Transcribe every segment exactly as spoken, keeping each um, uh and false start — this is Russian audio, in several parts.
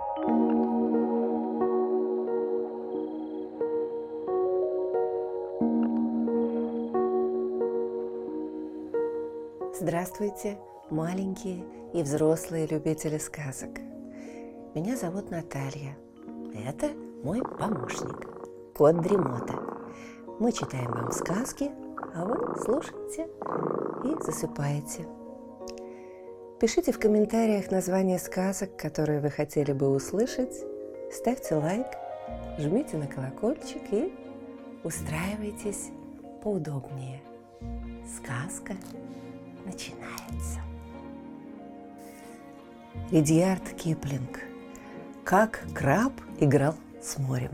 Здравствуйте, маленькие и взрослые любители сказок. Меня зовут Наталья. Это мой помощник, кот Дремота. Мы читаем вам сказки, а вы слушаете и засыпаете. Пишите в комментариях названия сказок, которые вы хотели бы услышать, ставьте лайк, жмите на колокольчик и устраивайтесь поудобнее. Сказка начинается. Ридьярд Киплинг. Как краб играл с морем.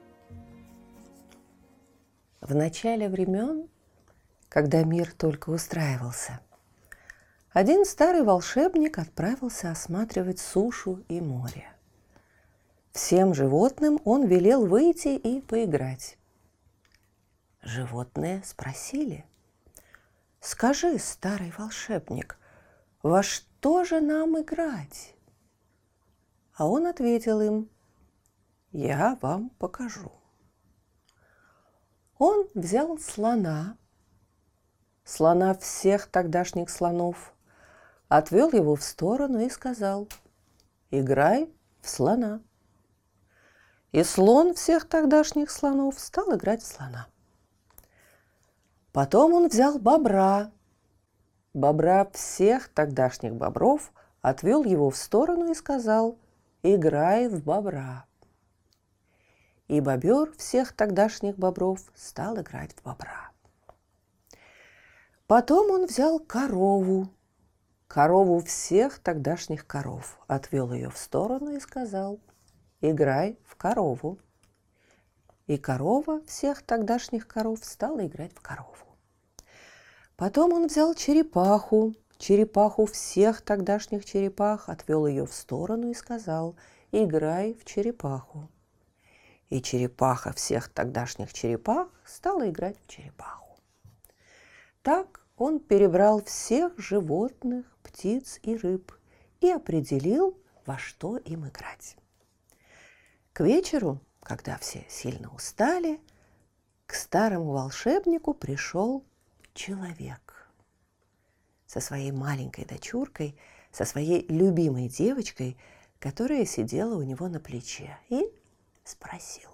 В начале времен, когда мир только устраивался, один старый волшебник отправился осматривать сушу и море. Всем животным он велел выйти и поиграть. Животные спросили: «Скажи, старый волшебник, во что же нам играть?» А он ответил им: «Я вам покажу». Он взял слона, слона всех тогдашних слонов, отвел его в сторону и сказал: «Играй в слона». И слон всех тогдашних слонов стал играть в слона. Потом он взял бобра, бобра всех тогдашних бобров, отвел его в сторону и сказал: «Играй в бобра». И бобер всех тогдашних бобров стал играть в бобра. Потом он взял корову, корову всех тогдашних коров, отвел ее в сторону и сказал: «Играй в корову». И корова всех тогдашних коров стала играть в корову. Потом он взял черепаху, черепаху всех тогдашних черепах, отвел ее в сторону и сказал: «Играй в черепаху». И черепаха всех тогдашних черепах стала играть в черепаху. Так он перебрал всех животных, птиц и рыб и определил, во что им играть. К вечеру, когда все сильно устали, к старому волшебнику пришел человек со своей маленькой дочуркой, со своей любимой девочкой, которая сидела у него на плече, и спросил: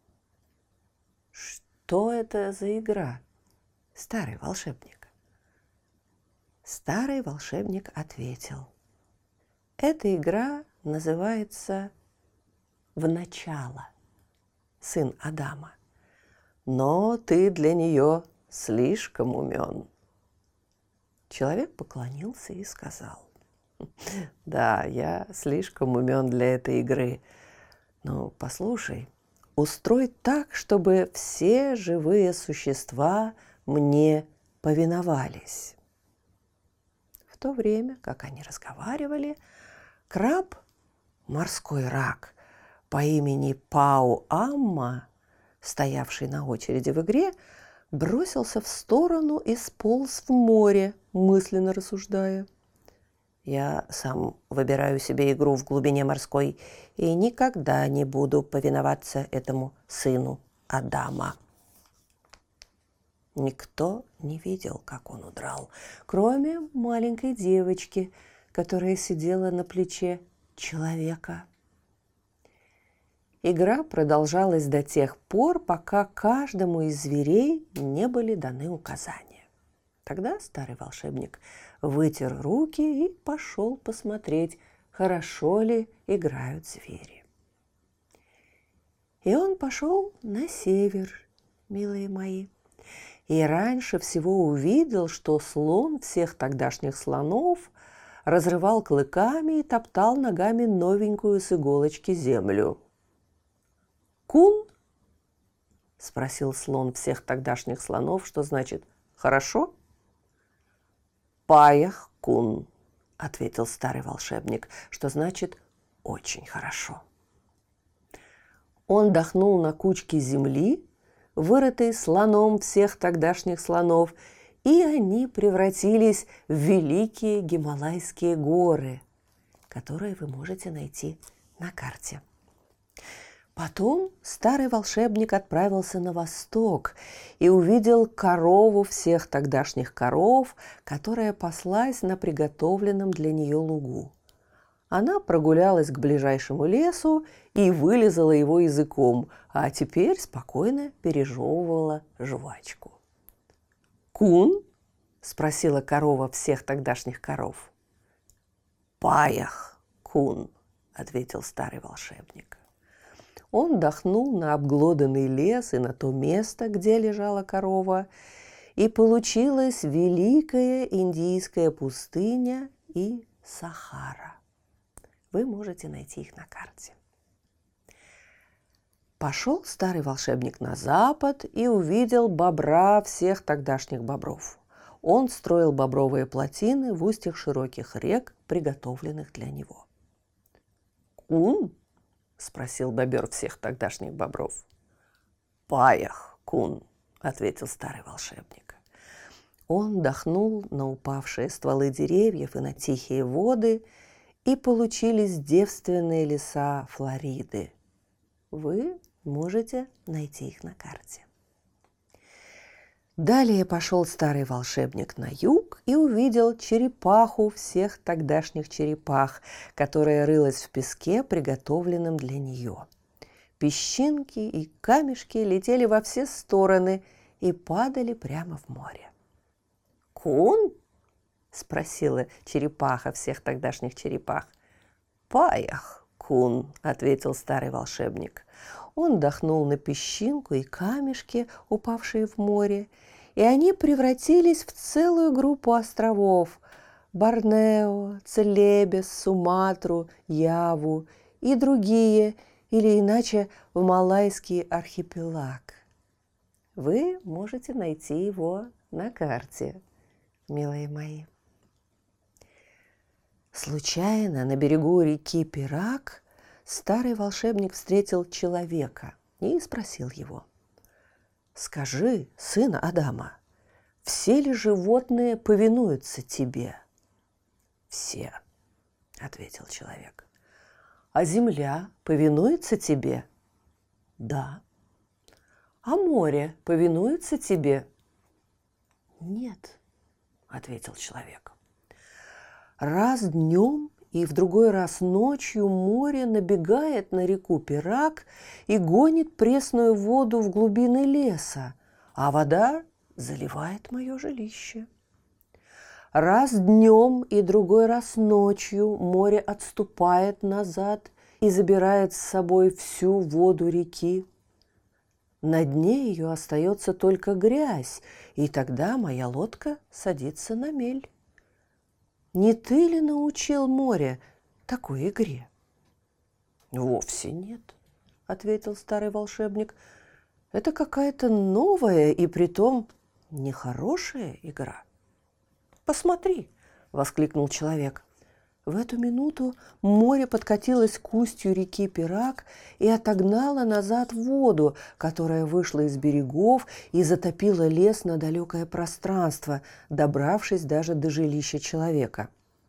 «Что это за игра, старый волшебник?» Старый волшебник ответил: «Эта игра называется «В начало», сын Адама, но ты для нее слишком умен». Человек поклонился и сказал: «Да, я слишком умен для этой игры, но послушай, устрой так, чтобы все живые существа мне повиновались». В то время, как они разговаривали, краб, морской рак по имени Пау-Амма, стоявший на очереди в игре, бросился в сторону и сполз в море, мысленно рассуждая: «Я сам выбираю себе игру в глубине морской и никогда не буду повиноваться этому сыну Адама». Никто не видел, как он удрал, кроме маленькой девочки, которая сидела на плече человека. Игра продолжалась до тех пор, пока каждому из зверей не были даны указания. Тогда старый волшебник вытер руки и пошел посмотреть, хорошо ли играют звери. И он пошел на север, милые мои, и раньше всего увидел, что слон всех тогдашних слонов разрывал клыками и топтал ногами новенькую с иголочки землю. «Кун?» – спросил слон всех тогдашних слонов, что значит «хорошо». «Паях-кун», – ответил старый волшебник, что значит «очень хорошо». Он дохнул на кучки земли, вырытой слоном всех тогдашних слонов, и они превратились в великие Гималайские горы, которые вы можете найти на карте. Потом старый волшебник отправился на восток и увидел корову всех тогдашних коров, которая паслась на приготовленном для нее лугу. Она прогулялась к ближайшему лесу и вылизала его языком, а теперь спокойно пережевывала жвачку. «Кун?» – спросила корова всех тогдашних коров. «Паях, кун», – ответил старый волшебник. Он дохнул на обглоданный лес и на то место, где лежала корова, и получилась великая индийская пустыня и Сахара. Вы можете найти их на карте. Пошел старый волшебник на запад и увидел бобра всех тогдашних бобров. Он строил бобровые плотины в устьях широких рек, приготовленных для него. «Кун?» – спросил бобер всех тогдашних бобров. «Паях, кун», – ответил старый волшебник. Он дохнул на упавшие стволы деревьев и на тихие воды, и получились девственные леса Флориды. Вы можете найти их на карте. Далее пошел старый волшебник на юг и увидел черепаху всех тогдашних черепах, которая рылась в песке, приготовленном для нее. Песчинки и камешки летели во все стороны и падали прямо в море. «Кун?» – спросила черепаха всех тогдашних черепах. «Паях, кун», – ответил старый волшебник. Он дохнул на песчинку и камешки, упавшие в море, и они превратились в целую группу островов – Борнео, Целебес, Суматру, Яву и другие, или иначе в Малайский архипелаг. Вы можете найти его на карте, милые мои. Случайно на берегу реки Пирак старый волшебник встретил человека и спросил его: «Скажи, сын Адама, все ли животные повинуются тебе?» «Все», – ответил человек. «А земля повинуется тебе?» «Да». «А море повинуется тебе?» «Нет», – ответил человек. Раз днем и в другой раз ночью море набегает на реку Пирак и гонит пресную воду в глубины леса, а вода заливает мое жилище. Раз днем и другой раз ночью море отступает назад и забирает с собой всю воду реки. На дне ее остается только грязь, и тогда моя лодка садится на мель. Не ты ли научил море такой игре?» «Вовсе нет», – ответил старый волшебник. «Это какая-то новая и притом нехорошая игра». «Посмотри», – воскликнул человек. В эту минуту море подкатилось к устью реки Пирак и отогнало назад воду, которая вышла из берегов и затопила лес на далекое пространство, добравшись даже до жилища человека.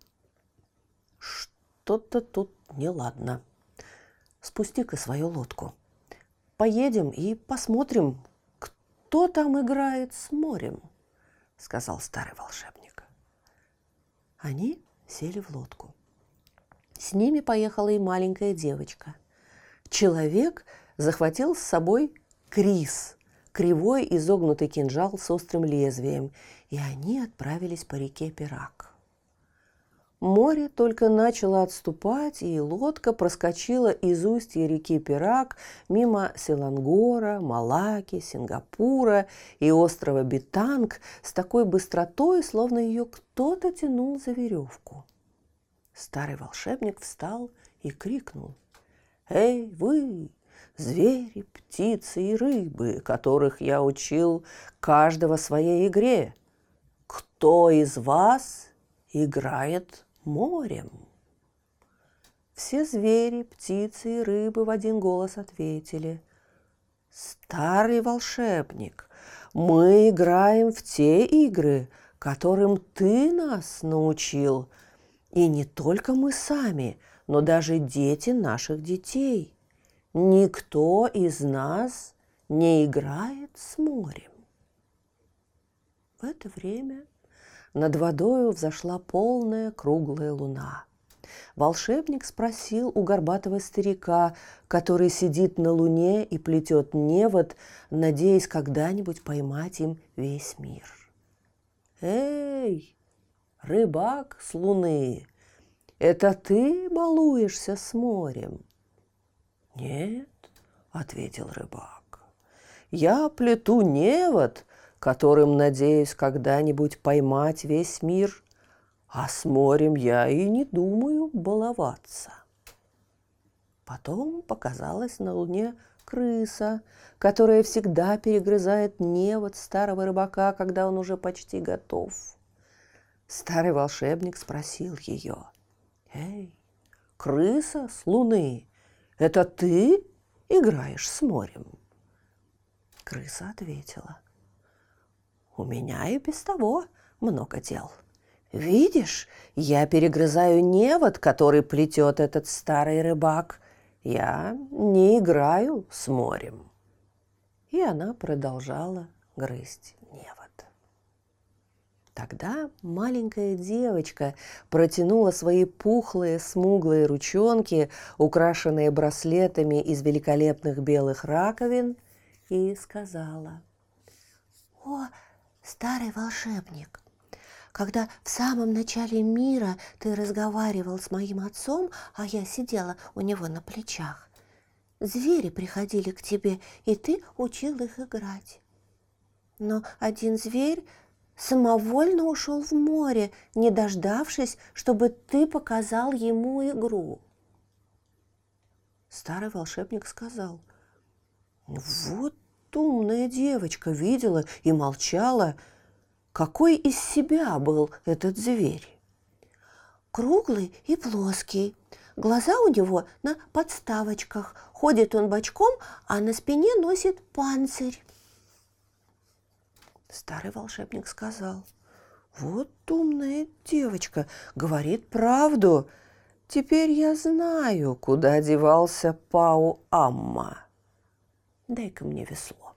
«Что-то тут неладно. Спусти-ка свою лодку. Поедем и посмотрим, кто там играет с морем», – сказал старый волшебник. Они сели в лодку. С ними поехала и маленькая девочка. Человек захватил с собой крис, кривой изогнутый кинжал с острым лезвием, и они отправились по реке Пирак. Море только начало отступать, и лодка проскочила из устья реки Пирак мимо Селангора, Малаки, Сингапура и острова Битанг с такой быстротой, словно ее кто-то тянул за веревку. Старый волшебник встал и крикнул: «Эй, вы, звери, птицы и рыбы, которых я учил каждого своей игре! Кто из вас играет морем?» Все звери, птицы и рыбы в один голос ответили: «Старый волшебник, мы играем в те игры, которым ты нас научил. И не только мы сами, но даже дети наших детей. Никто из нас не играет с морем. В это время над водою взошла полная круглая луна. Волшебник спросил у горбатого старика, который сидит на луне и плетет невод, надеясь когда-нибудь поймать им весь мир. «Эй, рыбак с луны, это ты балуешься с морем?» «Нет», — ответил рыбак, — «я плету невод, которым надеюсь когда-нибудь поймать весь мир, а с морем я и не думаю баловаться». Потом показалась на луне крыса, которая всегда перегрызает невод старого рыбака, когда он уже почти готов. Старый волшебник спросил ее: «Эй, крыса с луны, это ты играешь с морем?» Крыса ответила: «У меня и без того много дел. Видишь, я перегрызаю невод, который плетет этот старый рыбак. Я не играю с морем». И она продолжала грызть невод. Тогда маленькая девочка протянула свои пухлые, смуглые ручонки, украшенные браслетами из великолепных белых раковин, и сказала: «О, старый волшебник, когда в самом начале мира ты разговаривал с моим отцом, а я сидела у него на плечах, звери приходили к тебе, и ты учил их играть. Но один зверь самовольно ушел в море, не дождавшись, чтобы ты показал ему игру». Старый волшебник сказал: «Вот умная девочка, видела и молчала. Какой из себя был этот зверь?» «Круглый и плоский. Глаза у него на подставочках. Ходит он бочком, а на спине носит панцирь». Старый волшебник сказал: «Вот умная девочка, говорит правду. Теперь я знаю, куда девался Пау-Амма. Дай-ка мне весло».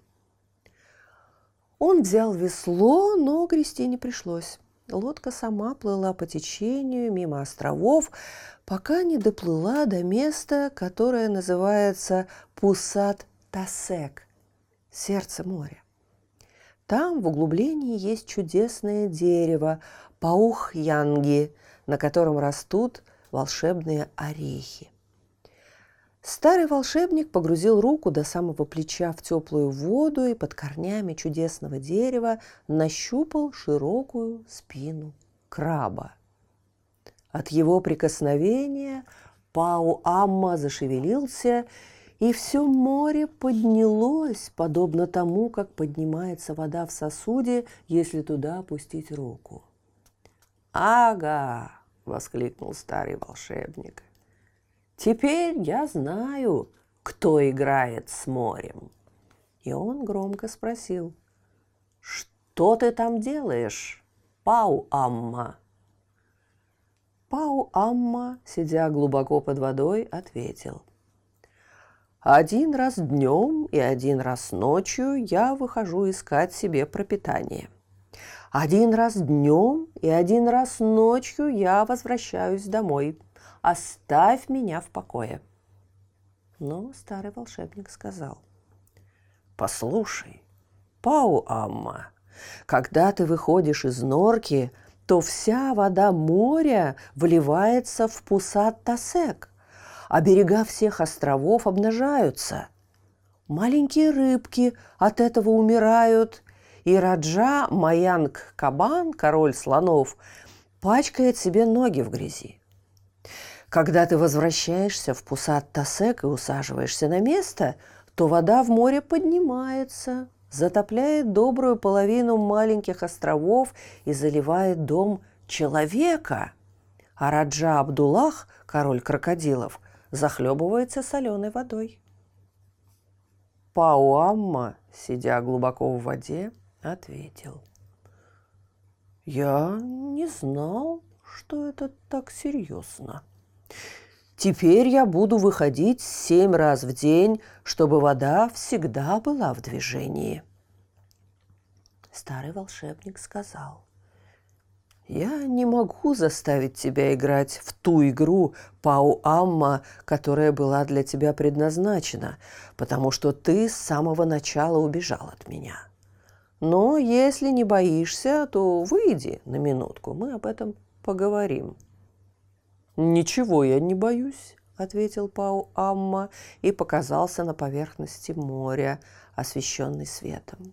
Он взял весло, но грести не пришлось. Лодка сама плыла по течению мимо островов, пока не доплыла до места, которое называется Пусат-Тасек – сердце моря. Там в углублении есть чудесное дерево Паух-Янги, на котором растут волшебные орехи. Старый волшебник погрузил руку до самого плеча в теплую воду и под корнями чудесного дерева нащупал широкую спину краба. От его прикосновения Пау-Амма зашевелился, и все море поднялось, подобно тому, как поднимается вода в сосуде, если туда опустить руку. «Ага!» – воскликнул старый волшебник. «Теперь я знаю, кто играет с морем». И он громко спросил: «Что ты там делаешь, Пау-Амма?» Пау-Амма, сидя глубоко под водой, ответил: «Один раз днем и один раз ночью я выхожу искать себе пропитание. Один раз днем и один раз ночью я возвращаюсь домой. Оставь меня в покое». Но старый волшебник сказал: «Послушай, Пау-Амма, когда ты выходишь из норки, то вся вода моря вливается в Пусат-Тасек, а берега всех островов обнажаются. Маленькие рыбки от этого умирают, и Раджа Маянг-Кабан, король слонов, пачкает себе ноги в грязи. Когда ты возвращаешься в Пусат-Тасек и усаживаешься на место, то вода в море поднимается, затопляет добрую половину маленьких островов и заливает дом человека, а Раджа Абдуллах, король крокодилов, захлебывается соленой водой». Пау-Амма, сидя глубоко в воде, ответил: «Я не знал, что это так серьезно. Теперь я буду выходить семь раз в день, чтобы вода всегда была в движении. Старый волшебник сказал: «Я не могу заставить тебя играть в ту игру, Пау-Амма, которая была для тебя предназначена, потому что ты с самого начала убежал от меня. Но если не боишься, то выйди на минутку, мы об этом поговорим». «Ничего я не боюсь», — ответил Пау-Амма и показался на поверхности моря, освещенный светом.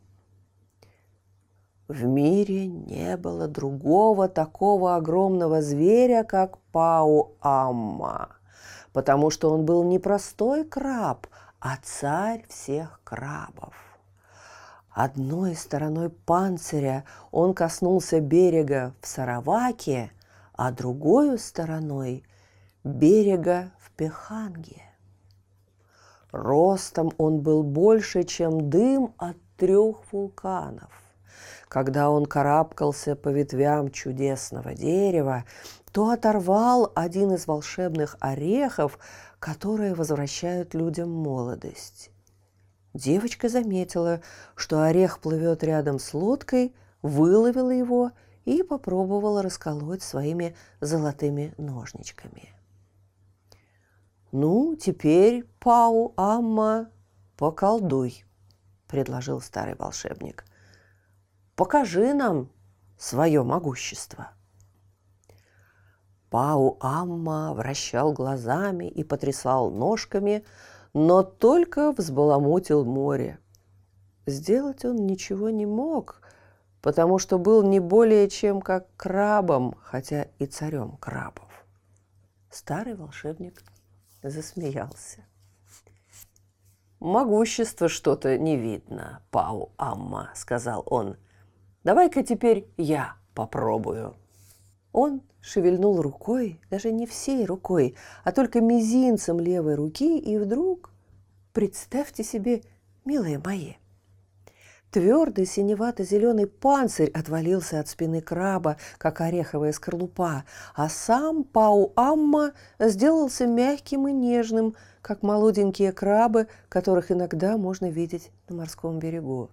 В мире не было другого такого огромного зверя, как Пау-Амма, потому что он был не простой краб, а царь всех крабов. Одной стороной панциря он коснулся берега в Сараваке, а другой стороной берега в Пеханге. Ростом он был больше, чем дым от трех вулканов. Когда он карабкался по ветвям чудесного дерева, то оторвал один из волшебных орехов, которые возвращают людям молодость. Девочка заметила, что орех плывет рядом с лодкой, выловила его и попробовала расколоть своими золотыми ножничками. «Ну, теперь, Пау-Амма, поколдуй», — предложил старый волшебник. «Покажи нам свое могущество». Пау-Амма вращал глазами и потрясал ножками, но только взбаламутил море. Сделать он ничего не мог, потому что был не более чем как крабом, хотя и царем крабов. Старый волшебник засмеялся. «Могущества что-то не видно, Пау-Амма», — сказал он. «Давай-ка теперь я попробую». Он шевельнул рукой, даже не всей рукой, а только мизинцем левой руки, и вдруг, представьте себе, милые мои, твердый синевато-зеленый панцирь отвалился от спины краба, как ореховая скорлупа, а сам Пау-Амма сделался мягким и нежным, как молоденькие крабы, которых иногда можно видеть на морском берегу.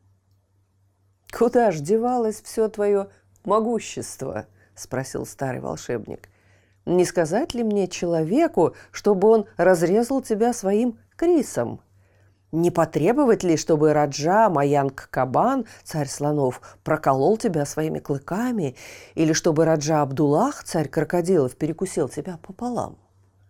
«Куда ж девалось все твое могущество?» – спросил старый волшебник. «Не сказать ли мне человеку, чтобы он разрезал тебя своим крисом? Не потребовать ли, чтобы Раджа Маянг-Кабан, царь слонов, проколол тебя своими клыками, или чтобы Раджа Абдуллах, царь крокодилов, перекусил тебя пополам?»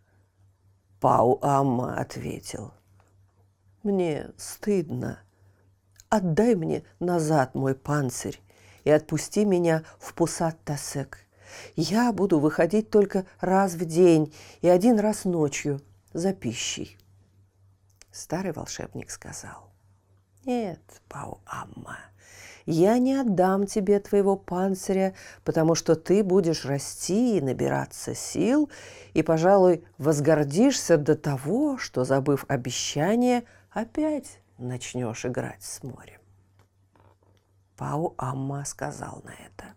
Пау-Амма ответил: «Мне стыдно. Отдай мне назад мой панцирь и отпусти меня в Пусат-Тасек. Я буду выходить только раз в день и один раз ночью за пищей». Старый волшебник сказал: «Нет, Пау-Амма, я не отдам тебе твоего панциря, потому что ты будешь расти и набираться сил, и, пожалуй, возгордишься до того, что, забыв обещание, опять начнешь играть с морем». Пау-Амма сказал на это: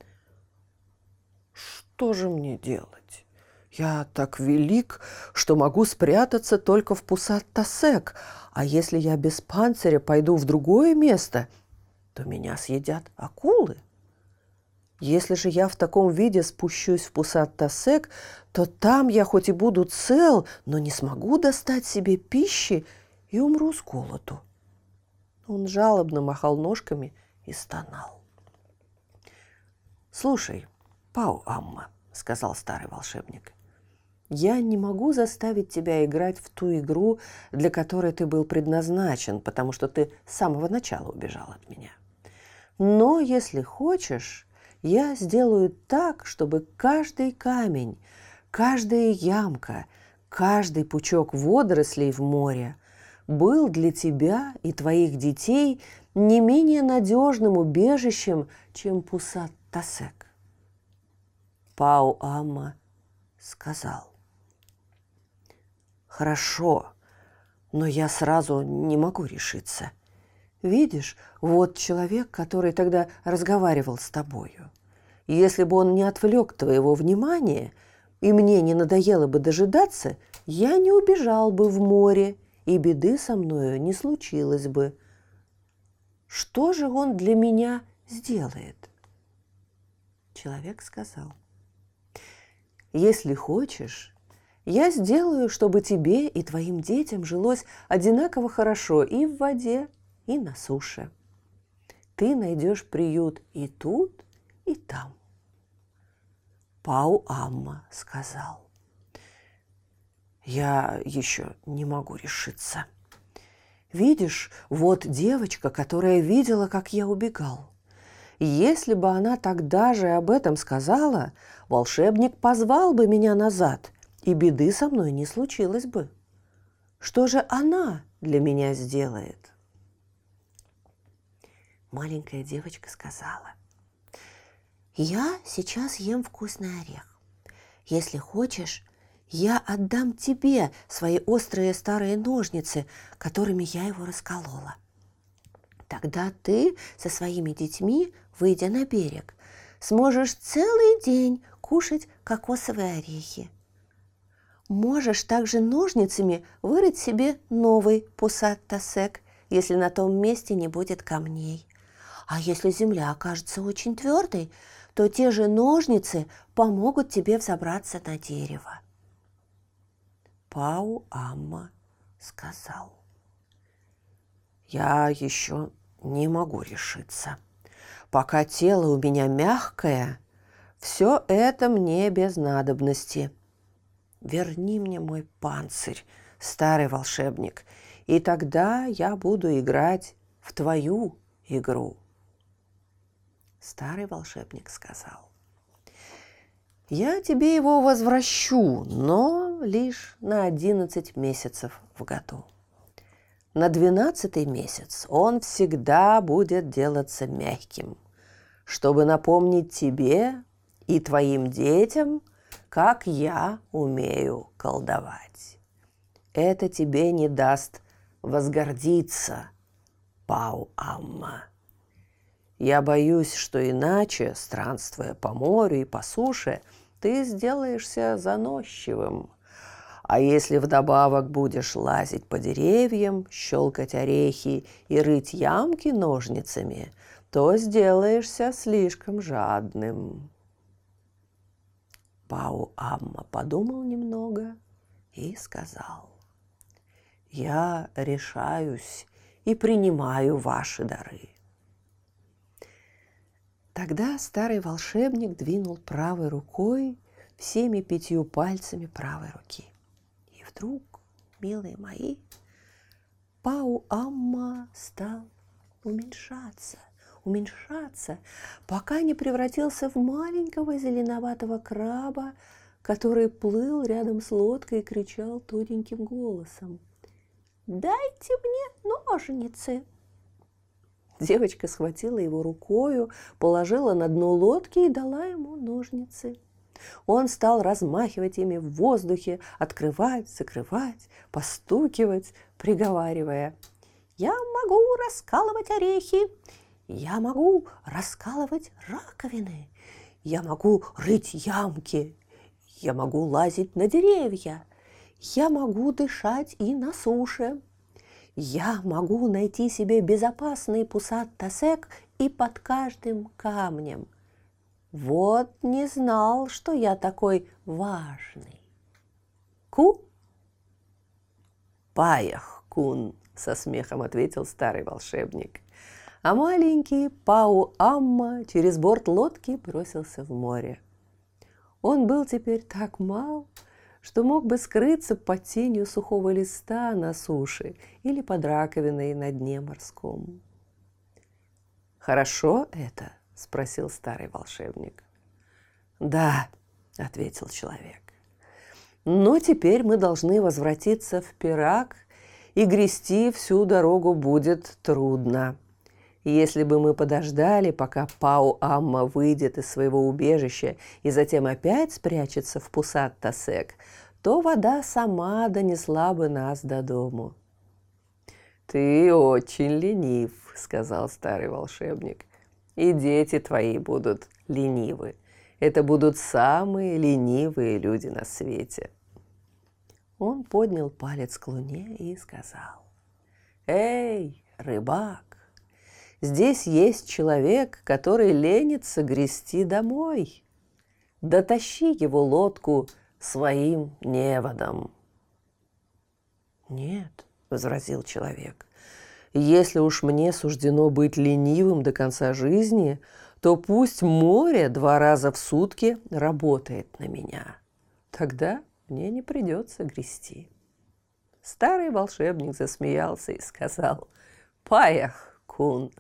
«Что же мне делать? Я так велик, что могу спрятаться только в Пусат-Тасек, а если я без панциря пойду в другое место, то меня съедят акулы. Если же я в таком виде спущусь в Пусат-Тасек, то там я хоть и буду цел, но не смогу достать себе пищи и умру с голоду». Он жалобно махал ножками и стонал. «Слушай, Пау-Амма, — сказал старый волшебник, — я не могу заставить тебя играть в ту игру, для которой ты был предназначен, потому что ты с самого начала убежал от меня. Но если хочешь, я сделаю так, чтобы каждый камень, каждая ямка, каждый пучок водорослей в море был для тебя и твоих детей не менее надежным убежищем, чем Пусат-Тасек». Пау-Амма сказал: «Хорошо, но я сразу не могу решиться. Видишь, вот человек, который тогда разговаривал с тобою. Если бы он не отвлек твоего внимания, и мне не надоело бы дожидаться, я не убежал бы в море, и беды со мною не случилось бы. Что же он для меня сделает?» Человек сказал: «Если хочешь, я сделаю, чтобы тебе и твоим детям жилось одинаково хорошо и в воде, и на суше. Ты найдешь приют и тут, и там». Пау-Амма сказал: «Я еще не могу решиться. Видишь, вот девочка, которая видела, как я убегал. Если бы она тогда же об этом сказала, волшебник позвал бы меня назад, и беды со мной не случилось бы. Что же она для меня сделает?» Маленькая девочка сказала: «Я сейчас ем вкусный орех. Если хочешь, я отдам тебе свои острые старые ножницы, которыми я его расколола. Тогда ты со своими детьми, выйдя на берег, сможешь целый день кушать кокосовые орехи. Можешь также ножницами вырыть себе новый пусат-тасек, если на том месте не будет камней. А если земля окажется очень твердой, то те же ножницы помогут тебе взобраться на дерево». Пау-Амма сказал: «Я еще не могу решиться. Пока тело у меня мягкое, все это мне без надобности. Верни мне мой панцирь, старый волшебник, и тогда я буду играть в твою игру». Старый волшебник сказал: «Я тебе его возвращу, но лишь на одиннадцать месяцев в году. На двенадцатый месяц он всегда будет делаться мягким, чтобы напомнить тебе и твоим детям, как я умею колдовать. Это тебе не даст возгордиться, Пау-Амма. Я боюсь, что иначе, странствуя по морю и по суше, ты сделаешься заносчивым. А если вдобавок будешь лазить по деревьям, щелкать орехи и рыть ямки ножницами, то сделаешься слишком жадным». Пау-Амма подумал немного и сказал: «Я решаюсь и принимаю ваши дары». Тогда старый волшебник двинул правой рукой всеми пятью пальцами правой руки. И вдруг, милые мои, Пау-Амма стал уменьшаться, уменьшаться, пока не превратился в маленького зеленоватого краба, который плыл рядом с лодкой и кричал тоненьким голосом: «Дайте мне ножницы!» Девочка схватила его рукою, положила на дно лодки и дала ему ножницы. Он стал размахивать ими в воздухе, открывать, закрывать, постукивать, приговаривая: «Я могу раскалывать орехи, я могу раскалывать раковины, я могу рыть ямки, я могу лазить на деревья, я могу дышать и на суше. Я могу найти себе безопасный пусат-тасек и под каждым камнем. Вот не знал, что я такой важный. Ку?» «Паях-кун», — со смехом ответил старый волшебник. А маленький Пау-Амма через борт лодки бросился в море. Он был теперь так мал, что мог бы скрыться под тенью сухого листа на суше или под раковиной на дне морском. «Хорошо это?» – спросил старый волшебник. «Да», – ответил человек. «Но теперь мы должны возвратиться в Пирак, и грести всю дорогу будет трудно. Если бы мы подождали, пока Пау-Амма выйдет из своего убежища и затем опять спрячется в пусат-тасек, то вода сама донесла бы нас до дому». «Ты очень ленив», — сказал старый волшебник, — «и дети твои будут ленивы. Это будут самые ленивые люди на свете. Он поднял палец к луне и сказал: «Эй, рыбак, здесь есть человек, который ленится грести домой. Дотащи его лодку своим неводом». «Нет», — возразил человек, — «если уж мне суждено быть ленивым до конца жизни, то пусть море два раза в сутки работает на меня. Тогда мне не придется грести». Старый волшебник засмеялся и сказал: «Паях, кун».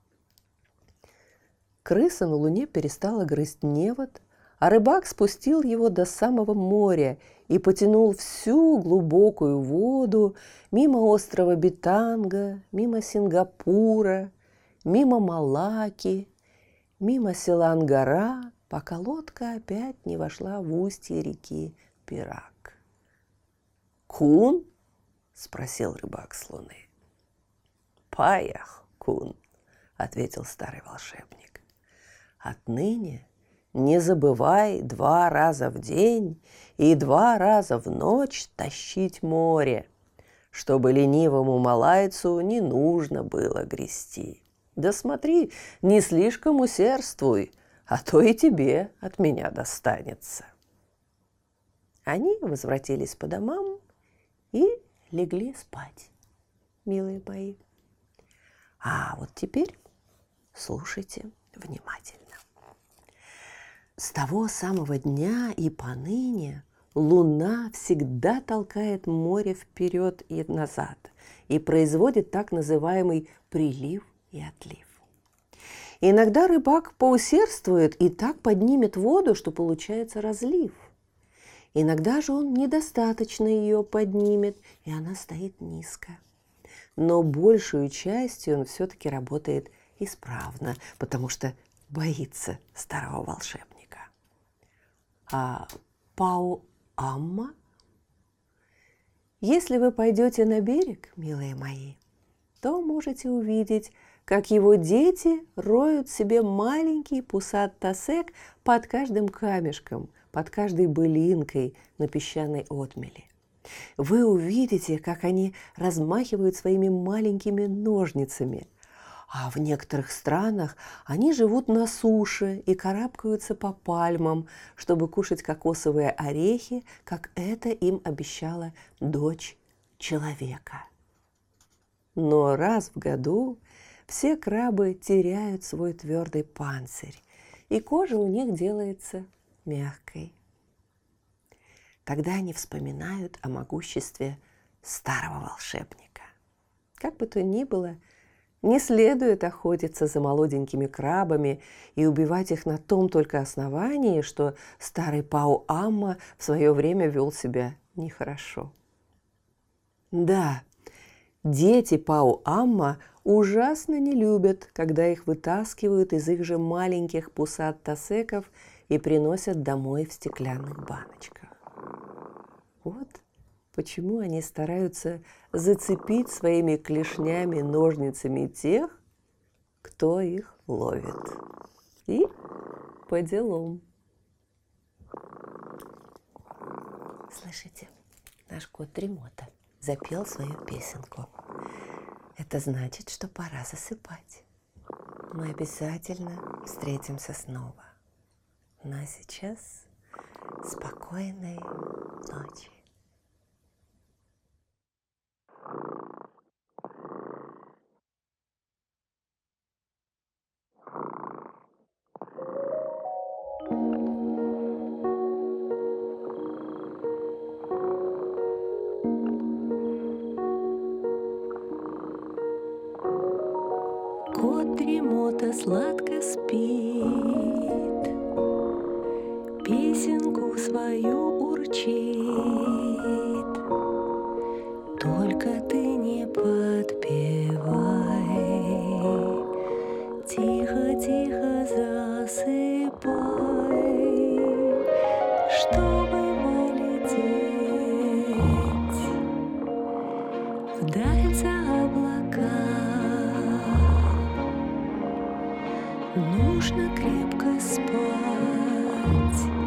Крыса на луне перестала грызть невод, а рыбак спустил его до самого моря и потянул всю глубокую воду мимо острова Битанга, мимо Сингапура, мимо Малакки, мимо села Ангара, пока лодка опять не вошла в устье реки Пирак. «Кун?» – спросил рыбак с луны. «Паях, кун», – ответил старый волшебник. «Отныне не забывай два раза в день и два раза в ночь тащить море, чтобы ленивому малайцу не нужно было грести. Да смотри, не слишком усердствуй, а то и тебе от меня достанется». Они возвратились по домам и легли спать, милые мои. А вот теперь слушайте внимательно. С того самого дня и поныне луна всегда толкает море вперед и назад и производит так называемый прилив и отлив. Иногда рыбак поусердствует и так поднимет воду, что получается разлив. Иногда же он недостаточно ее поднимет, и она стоит низко. Но большую частью он все-таки работает исправно, потому что боится старого волшебника. А Пау-Амма? Если вы пойдете на берег, милые мои, то можете увидеть, как его дети роют себе маленький пусат-тасек под каждым камешком, под каждой былинкой на песчаной отмели. Вы увидите, как они размахивают своими маленькими ножницами. А в некоторых странах они живут на суше и карабкаются по пальмам, чтобы кушать кокосовые орехи, как это им обещала дочь человека. Но раз в году все крабы теряют свой твердый панцирь, и кожа у них делается мягкой. Тогда они вспоминают о могуществе старого волшебника. Как бы то ни было, не следует охотиться за молоденькими крабами и убивать их на том только основании, что старый Пау-Амма в свое время вел себя нехорошо. Да, дети Пау-Амма ужасно не любят, когда их вытаскивают из их же маленьких пусат-тасеков и приносят домой в стеклянных баночках. Вот почему они стараются зацепить своими клешнями-ножницами тех, кто их ловит. И по делам. Слышите, наш кот Тремота запел свою песенку. Это значит, что пора засыпать. Мы обязательно встретимся снова. Ну а сейчас спокойной ночи. Кот Тремота сладко спит, песенку свою урчит. Только ты не подпевай, тихо-тихо засыпай, чтобы полететь вдаль за облака. Нужно крепко спать быть.